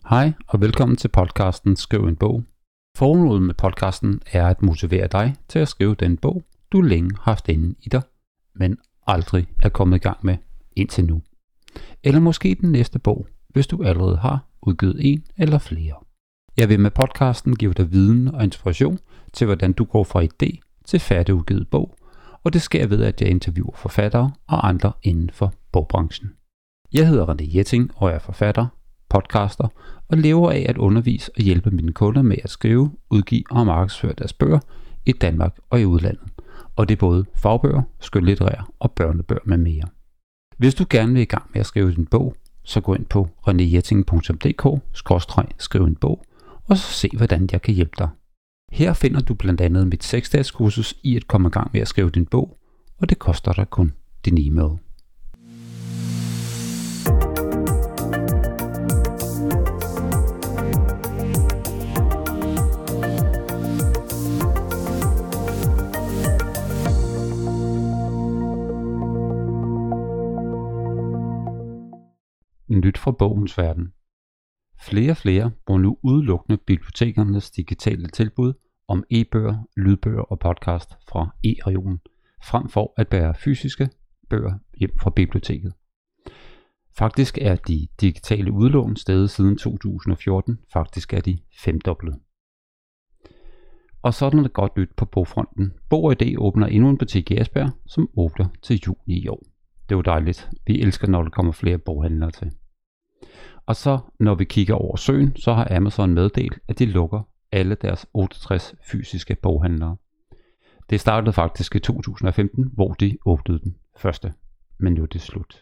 Hej og velkommen til podcasten Skriv en bog. Formålet med podcasten er at motivere dig til at skrive den bog, du længe har haft inde i dig, men aldrig er kommet i gang med indtil nu. Eller måske den næste bog, hvis du allerede har udgivet en eller flere. Jeg vil med podcasten give dig viden og inspiration til, hvordan du går fra idé til færdigudgivet bog, og det sker ved, at jeg interviewer forfattere og andre inden for bogbranchen. Jeg hedder René Jetting og er forfatter, podcaster og lever af at undervise og hjælpe mine kunder med at skrive, udgive og markedsføre deres bøger i Danmark og i udlandet. Og det er både fagbøger, skønlitterære og børnebøger med mere. Hvis du gerne vil i gang med at skrive din bog, så gå ind på renejetting.dk/skriv en bog og så se, hvordan jeg kan hjælpe dig. Her finder du blandt andet mit 6-dages kursus i at komme i gang med at skrive din bog, og det koster dig kun din e-mail. Nyt fra bogens verden. Flere og flere bruger nu udelukkende bibliotekernes digitale tilbud om e-bøger, lydbøger og podcast fra e-regionen, frem for at bære fysiske bøger hjem fra biblioteket. Faktisk er de digitale udlån steget siden 2014, faktisk er de femdoblet. Og sådan er det godt nyt på bogfronten. Bog & Idé åbner endnu en butik i Esbjerg, som åbner til juni i år. Det er jo dejligt. Vi elsker, når der kommer flere boghandlere til. Og så, når vi kigger over søen, så har Amazon meddelt, at de lukker alle deres 68 fysiske boghandlere. Det startede faktisk i 2015, hvor de åbnede den første. Men nu er det slut.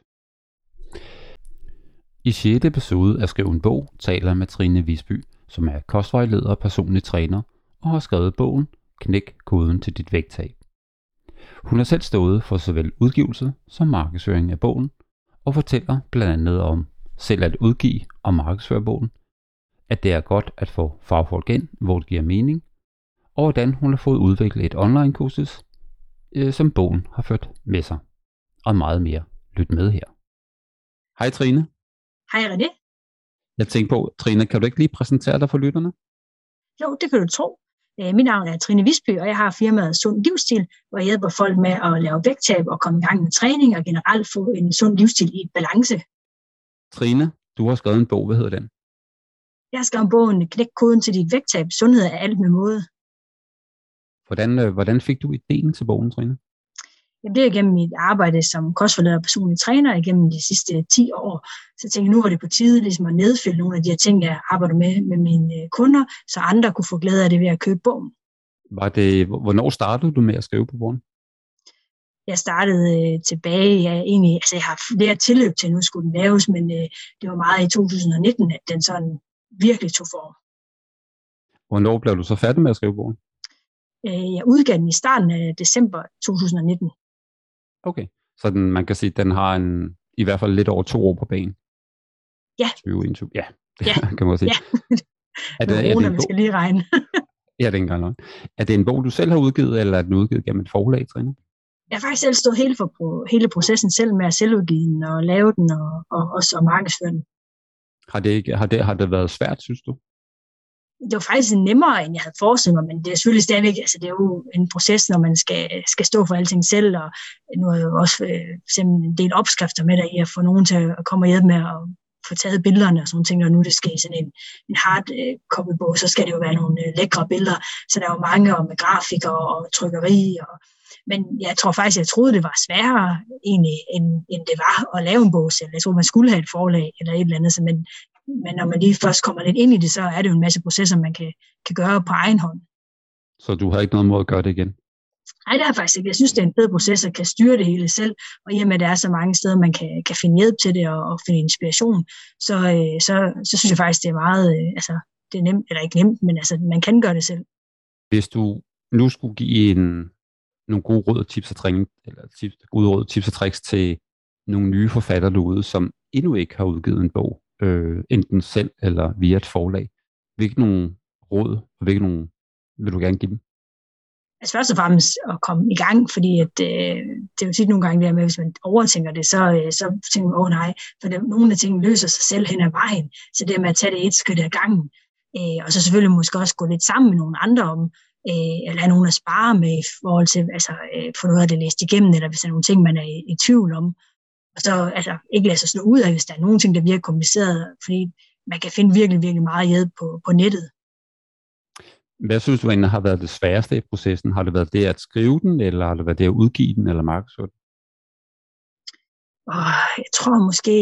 I 6. episode af Skriv en bog taler jeg med Trine Visby, som er kostvejleder og personlig træner, og har skrevet bogen Knæk koden til dit vægttab. Hun har selv stået for såvel udgivelse som markedsføring af bogen, og fortæller blandt andet om selv at udgive og markedsføre bogen, at det er godt at få fagfolk ind, hvor det giver mening, og hvordan hun har fået udviklet et online-kursus, som bogen har ført med sig, og meget mere. Lyt med her. Hej Trine. Hej René. Jeg tænker på, Trine, kan du ikke lige præsentere dig for lytterne? Jo, det kan du tro. Mit navn er Trine Visby, og jeg har firmaet Sund Livsstil, hvor jeg hjælper folk med at lave vægttab og komme i gang med træning og generelt få en sund livsstil i balance. Trine, du har skrevet en bog. Hvad hedder den? Jeg har skrevet bogen Knæk koden til dit vægttab. Sundhed er alt med måde. Hvordan fik du ideen til bogen, Trine? Jamen, det er gennem mit arbejde som kostvejleder og personlig træner igennem de sidste 10 år. Så jeg tænkte, nu var det på tide ligesom at nedfælde nogle af de her ting, jeg arbejder med mine kunder, så andre kunne få glæde af det ved at købe bogen. Hvornår startede du med at skrive på bogen? Jeg startede tilbage, jeg har flere tilløb til, nu skulle den laves, men det var meget i 2019, at den sådan virkelig tog form. Hvornår blev du så færdig med at skrive bogen? Jeg udgav den i starten af december 2019. Okay, så man kan sige, at den har i hvert fald lidt over 2 år på banen. Ja. 2021, ja. Kan man sige. Ja. Er det en man skal lige regne. Ja, det er ikke engang løgn. Er det en bog, du selv har udgivet, eller er den udgivet gennem et forlag, Trine? Jeg har faktisk selv stået hele processen selv med at selvudgive den og lave den og så markedsføre den. Har det været svært, synes du? Det var faktisk nemmere, end jeg havde forestillet mig, men det er selvfølgelig stadigvæk, det er jo en proces, når man skal stå for alting selv, og nu har jeg jo også en del opskrifter med der i at få nogen til at komme og hjælpe med at få taget billederne og sådan ting, og nu det skal i sådan en hard copy-bog, så skal det jo være nogle lækre billeder, så der er jo mange med grafikker og trykkeri, men jeg tror faktisk, jeg troede, det var sværere egentlig, end det var at lave en bog selv. Jeg tror, man skulle have et forlag eller et eller andet, men når man lige først kommer lidt ind i det, så er det jo en masse processer, man kan gøre på egen hånd. Så du har ikke noget mod at gøre det igen? Nej, det har jeg faktisk ikke. Jeg synes, det er en fed proces at kan styre det hele selv, og i og med, at der er så mange steder, man kan finde hjælp til det og finde inspiration, så synes jeg faktisk, det er meget, det er nemt, eller ikke nemt, men man kan gøre det selv. Hvis du nu skulle give nogle gode råd og tips og tips og tricks til nogle nye forfattere derude, som endnu ikke har udgivet en bog, enten selv eller via et forlag. Hvilke nogle råd, og hvilke nogle vil du gerne give dem? altså først og fremmest at komme i gang, fordi at, det er jo tit nogle gange der med, hvis man overtænker det, så tænker man, nej, for nogle af tingene løser sig selv hen ad vejen, så det med at tage det et skridt ad gangen, og så selvfølgelig måske også gå lidt sammen med nogle andre om, eller have nogen at spare med i forhold til, altså få noget af det læst igennem, eller hvis der er nogle ting, man er i tvivl om, og så altså, ikke lade sig slå ud af, hvis der er nogle ting, der virker kompliceret, fordi man kan finde virkelig, virkelig meget hjælp på nettet. Hvad synes du egentlig har været det sværeste i processen? Har det været det at skrive den, eller har det været det at udgive den, eller markedsføre den? Jeg tror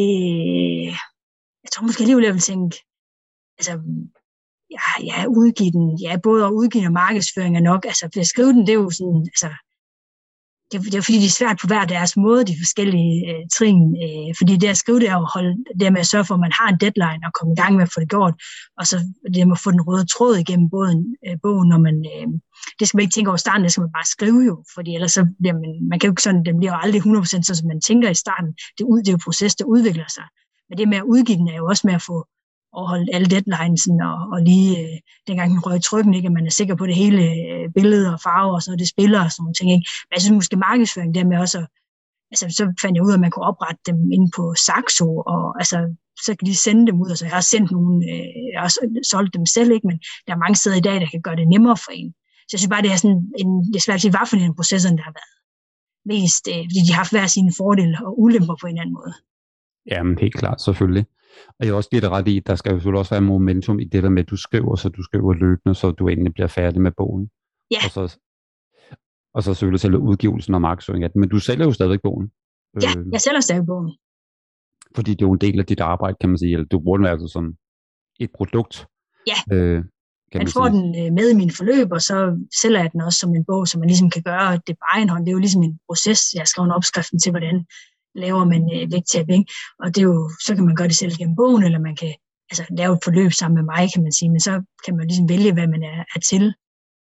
måske alligevel, jeg vil tænke, altså, udgive den, både at udgive og markedsføring er nok, altså, for at skrive den, det er jo sådan, altså, det er fordi, det er svært på hver deres måde, de forskellige trin, fordi det at skrive, det er at holde, det med at sørge for, at man har en deadline og komme i gang med at få det gjort, og så det med at få den røde tråd igennem bogen, når man, det skal man ikke tænke over starten, det skal man bare skrive jo, fordi ellers så bliver man kan jo ikke sådan, den bliver jo aldrig 100% sådan, som man tænker i starten, det er jo et proces, der udvikler sig, men det med at udgive den er jo også med at få overholdt alle deadlinesen, og lige dengang den røg trykken, ikke, at man er sikker på det hele billede og farve og sådan noget, det spiller og sådan nogle ting. Ikke? Men jeg synes måske markedsføring dermed også, altså så fandt jeg ud af, at man kunne oprette dem inde på Saxo, og altså, så kan de sende dem ud, altså jeg har sendt nogle, jeg har solgt dem selv, ikke, men der er mange steder i dag, der kan gøre det nemmere for en. Så jeg synes bare, det er sådan det er svært at sige, hvad for en processerne, der har været mest, fordi de har haft hver sine fordele og ulemper på en anden måde. Jamen helt klart, selvfølgelig. Og jeg er også lidt ret i, der skal jo selvfølgelig også være momentum i det der med, at du skriver løbende, så du endelig bliver færdig med bogen. Ja. Og så selvfølgelig selve udgivelsen og markedsføringen af den. Men du sælger jo stadig bogen. Ja, jeg sælger stadig bogen. Fordi det er jo en del af dit arbejde, kan man sige. Eller du bruger den altså som et produkt. Ja, man får den med i min forløb, og så sælger jeg den også som en bog, som man ligesom kan gøre det på egen hånd. Det er jo ligesom en proces. Jeg har skrevet en opskriften til, hvordan laver man vægttab, ikke? Og det er jo, så kan man gøre det selv gennem bogen, eller man kan altså lave et forløb sammen med mig, kan man sige, men så kan man ligesom vælge, hvad man er til.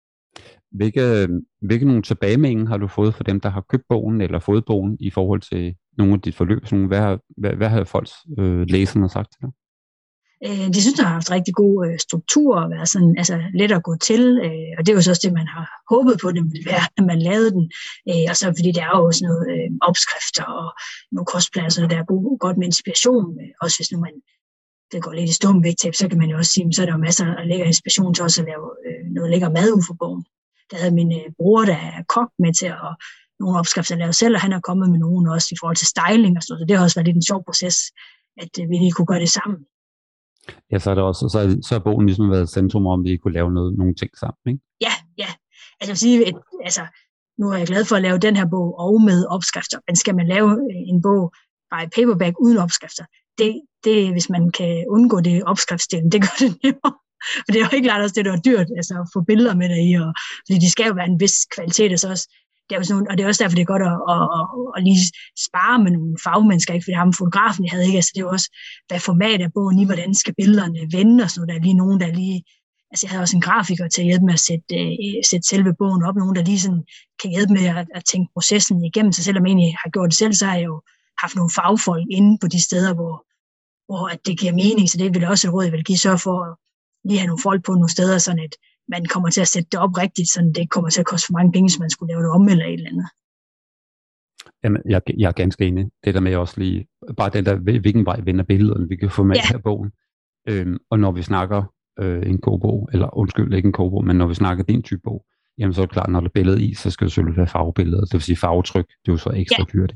Hvilke nogle tilbagemeldinger har du fået fra dem, der har købt bogen, eller fået bogen, i forhold til nogle af dit forløb? Hvad har folks læserne sagt til dig? De synes, der har haft rigtig god struktur, og været sådan, altså let at gå til, og det er jo så også det, man har håbet på, det ville være, når man lavede den. Og så fordi der er jo også noget opskrifter og nogle kostplaner, så der er godt med inspiration. Også hvis nu det går lidt i stå med vægttab, så kan man jo også sige, så er der jo masser af lækker inspiration til også at lave noget lækker mad ud for bogen. Der havde min bror, der er kok, med til at nogle opskrifter lavet selv, og han er kommet med nogen også i forhold til styling og sådan noget. Så det har også været lidt en sjov proces, at vi lige kunne gøre det sammen. Ja, så er det også, så har bogen ligesom været centrum om, at vi kunne lave nogle ting sammen, ikke? Ja. Altså jeg vil sige, nu er jeg glad for at lave den her bog og med opskrifter, men skal man lave en bog bare i paperback uden opskrifter, det hvis man kan undgå det opskriftsdelen, det gør det nemmere. Og det er jo ikke klart også det, der er dyrt, altså at få billeder med der i, fordi de skal jo være en vis kvalitet, og så også det er jo sådan nogle, og det er også derfor, det er godt at lige spare med nogle fagmennesker, ikke? Fordi ham fotografen, jeg havde ikke, altså det er jo også, hvad format er bogen i, hvordan skal billederne vende og sådan noget, der er lige nogen, der lige, altså jeg havde også en grafiker til at hjælpe med at sætte selve bogen op, nogen, der lige sådan kan hjælpe med at tænke processen igennem, så selvom jeg egentlig har gjort det selv, så har jeg jo haft nogle fagfolk inde på de steder, hvor at det giver mening, så det vil også et råd, jeg vil give, sørge for at lige have nogle folk på nogle steder, sådan at man kommer til at sætte det op rigtigt, så det ikke kommer til at koste for mange penge, hvis man skulle lave det om eller et eller andet. Jamen, jeg er ganske enig. Det der med også lige, bare den der, hvilken vej vender billederne, vi kan få med her bogen. Og når vi snakker en kogebog, eller ikke en kogebog, men når vi snakker din type bog, jamen så er det klart, når der er billede i, så skal det selvfølgelig være farvebilleder, det vil sige farvetryk, det er jo så ekstra dyrt.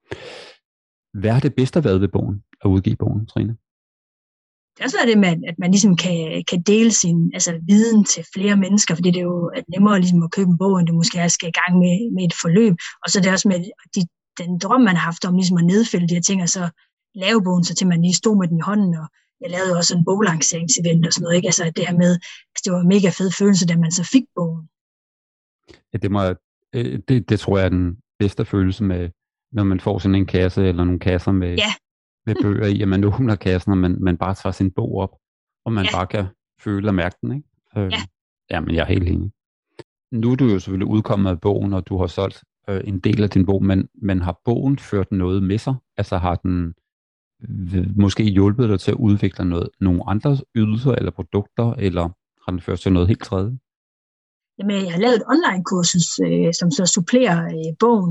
Hvad er det bedste været ved bogen, at udgive bogen, Trine? Det er også det med, at man ligesom kan dele sin viden til flere mennesker, fordi det er jo nemmere ligesom at købe en bog, end det måske er skal i gang med et forløb. Og så er det også med den drøm, man har haft om ligesom at nedfælde de her ting, og så lave bogen, så til man lige stod med den i hånden, og jeg lavede også en boglanceringsevent og sådan noget, ikke? Altså det her med, det var en mega fed følelse, da man så fik bogen. Ja, det tror jeg er den bedste følelse med, når man får sådan en kasse, eller nogle kasser med bøger i, at man åbner kassen, og man bare tager sin bog op, og man bare kan føle og mærke den, ikke? Jamen, jeg er helt enig. Nu er du jo selvfølgelig udkommet af bogen, og du har solgt en del af din bog, men har bogen ført noget med sig? Altså har den måske hjulpet dig til at udvikle nogle andre ydelser eller produkter, eller har den ført til noget helt tredje? Jamen, jeg har lavet et online-kursus, som så supplerer bogen,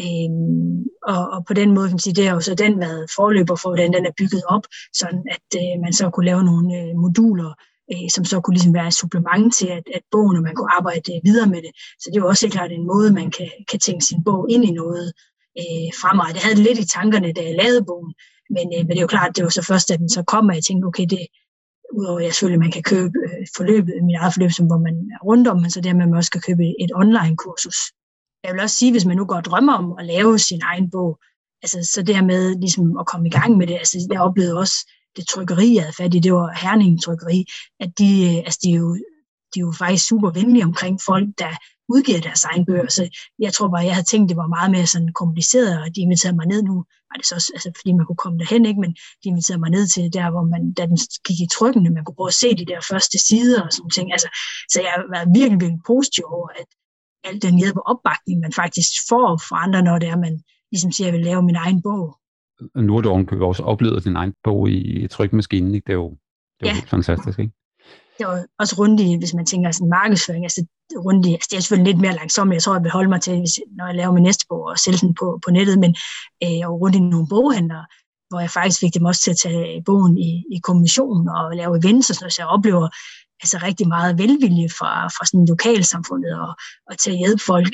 og på den måde kan man sige, det har jo så den været forløber for, hvordan den er bygget op, sådan at man så kunne lave nogle moduler, som så kunne ligesom være et supplement til, at bogen, og man kunne arbejde videre med det. Så det er jo også helt klart en måde, man kan tænke sin bog ind i noget fremad. Det havde det lidt i tankerne, da jeg lavede bogen, men det er jo klart, det var så først, da den så kom, at jeg tænkte, okay, det udover at jeg selvfølgelig, man kan købe forløbet, mit eget forløb, som hvor man er rundt om, men så dermed man også kan købe et online-kursus. Jeg vil også sige, hvis man nu går og drømmer om at lave sin egen bog, altså så det her med ligesom at komme i gang med det, altså jeg oplevede også det trykkeri, jeg havde fat i, det var Herning Trykkeri, at de er jo faktisk super venlige omkring folk, der udgiver deres egen bøger, så jeg tror bare, jeg havde tænkt, det var meget mere sådan kompliceret, og de inviterede mig ned nu, var det så også, altså fordi man kunne komme derhen, ikke, men de inviterede mig ned til der, hvor man, da den gik i trykkene, man kunne prøve at se de der første sider og sådan ting, altså, så jeg har været virkelig, virkelig positiv over, at al den hjælp og opbakning, man faktisk får fra andre, når det er, man ligesom siger, at jeg vil lave min egen bog. Nu har du også oplevet din egen bog i trykmaskinen, ikke? Det er jo helt fantastisk, ikke? Det var også rundt i, hvis man tænker sådan markedsføring, altså rundt i, altså det er selvfølgelig lidt mere langsomt, jeg tror, jeg vil holde mig til, når jeg laver min næste bog og sælge den på nettet, men jeg var rundt i nogle boghandlere, hvor jeg faktisk fik dem også til at tage bogen i kommission og lave events, og så jeg oplever altså rigtig meget velvilje fra sådan lokalsamfundet og til at hjælpe folk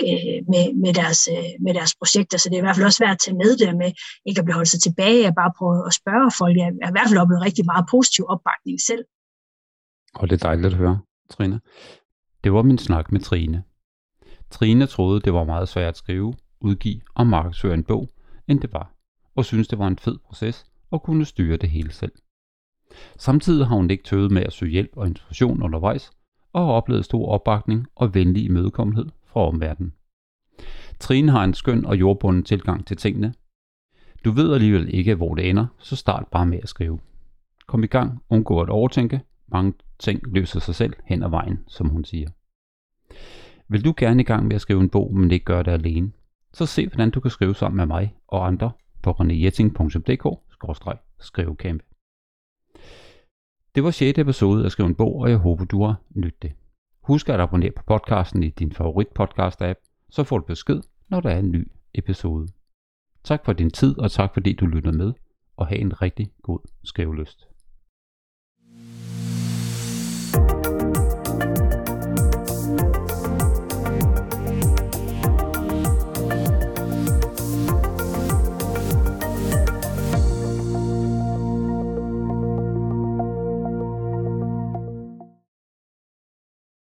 med deres projekter, så det er i hvert fald også værd at tage med der med, ikke at blive holdt sig tilbage, at bare prøve at spørge folk. Jeg har i hvert fald oplevet rigtig meget positiv opbakning selv. Og det er dejligt at høre, Trine. Det var min snak med Trine. Trine troede, det var meget svært at skrive, udgive og markedsføre en bog, end det var, og synes det var en fed proces at kunne styre det hele selv. Samtidig har hun ikke tøvet med at søge hjælp og inspiration undervejs, og har oplevet stor opbakning og venlig imødekommenhed fra omverdenen. Trine har en skøn og jordbunden tilgang til tingene. Du ved alligevel ikke, hvor det ender, så start bare med at skrive. Kom i gang, undgå at overtænke. Mange ting løser sig selv hen ad vejen, som hun siger. Vil du gerne i gang med at skrive en bog, men ikke gøre det alene? Så se, hvordan du kan skrive sammen med mig og andre på renéjetting.dk/skrivecamp. Det var 6. episode af Skriv en bog, og jeg håber, du har nydt det. Husk at abonnere på podcasten i din favorit podcast-app, så får du besked, når der er en ny episode. Tak for din tid, og tak fordi du lyttede med, og have en rigtig god skrivelyst.